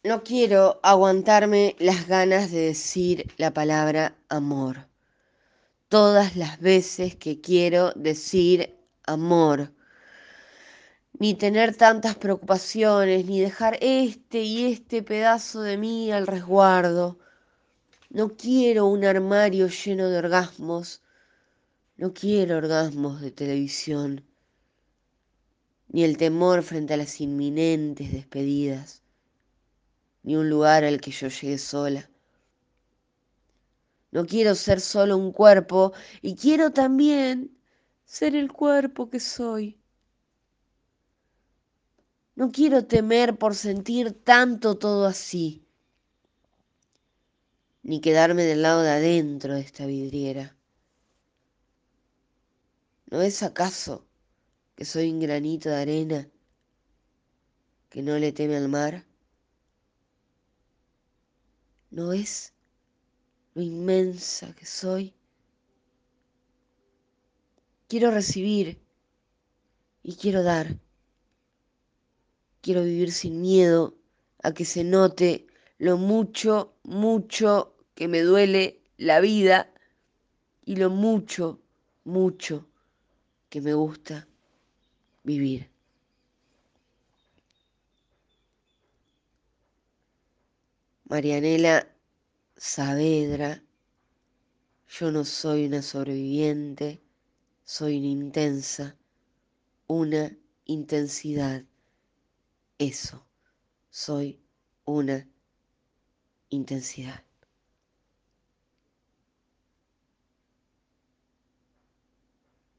No quiero aguantarme las ganas de decir la palabra amor. Todas las veces que quiero decir amor. Ni tener tantas preocupaciones, ni dejar este y este pedazo de mí al resguardo. No quiero un armario lleno de orgasmos. No quiero orgasmos de televisión. Ni el temor frente a las inminentes despedidas. Ni un lugar al que yo llegue sola. No quiero ser solo un cuerpo y quiero también ser el cuerpo que soy. No quiero temer por sentir tanto todo así, ni quedarme del lado de adentro de esta vidriera. ¿No es acaso que soy un granito de arena que no le teme al mar? ¿No es lo inmensa que soy? Quiero recibir y quiero dar. Quiero vivir sin miedo a que se note lo mucho, mucho que me duele la vida y lo mucho, mucho que me gusta vivir. Marianela Saavedra, yo no soy una sobreviviente, soy una intensidad. Eso, soy una intensidad.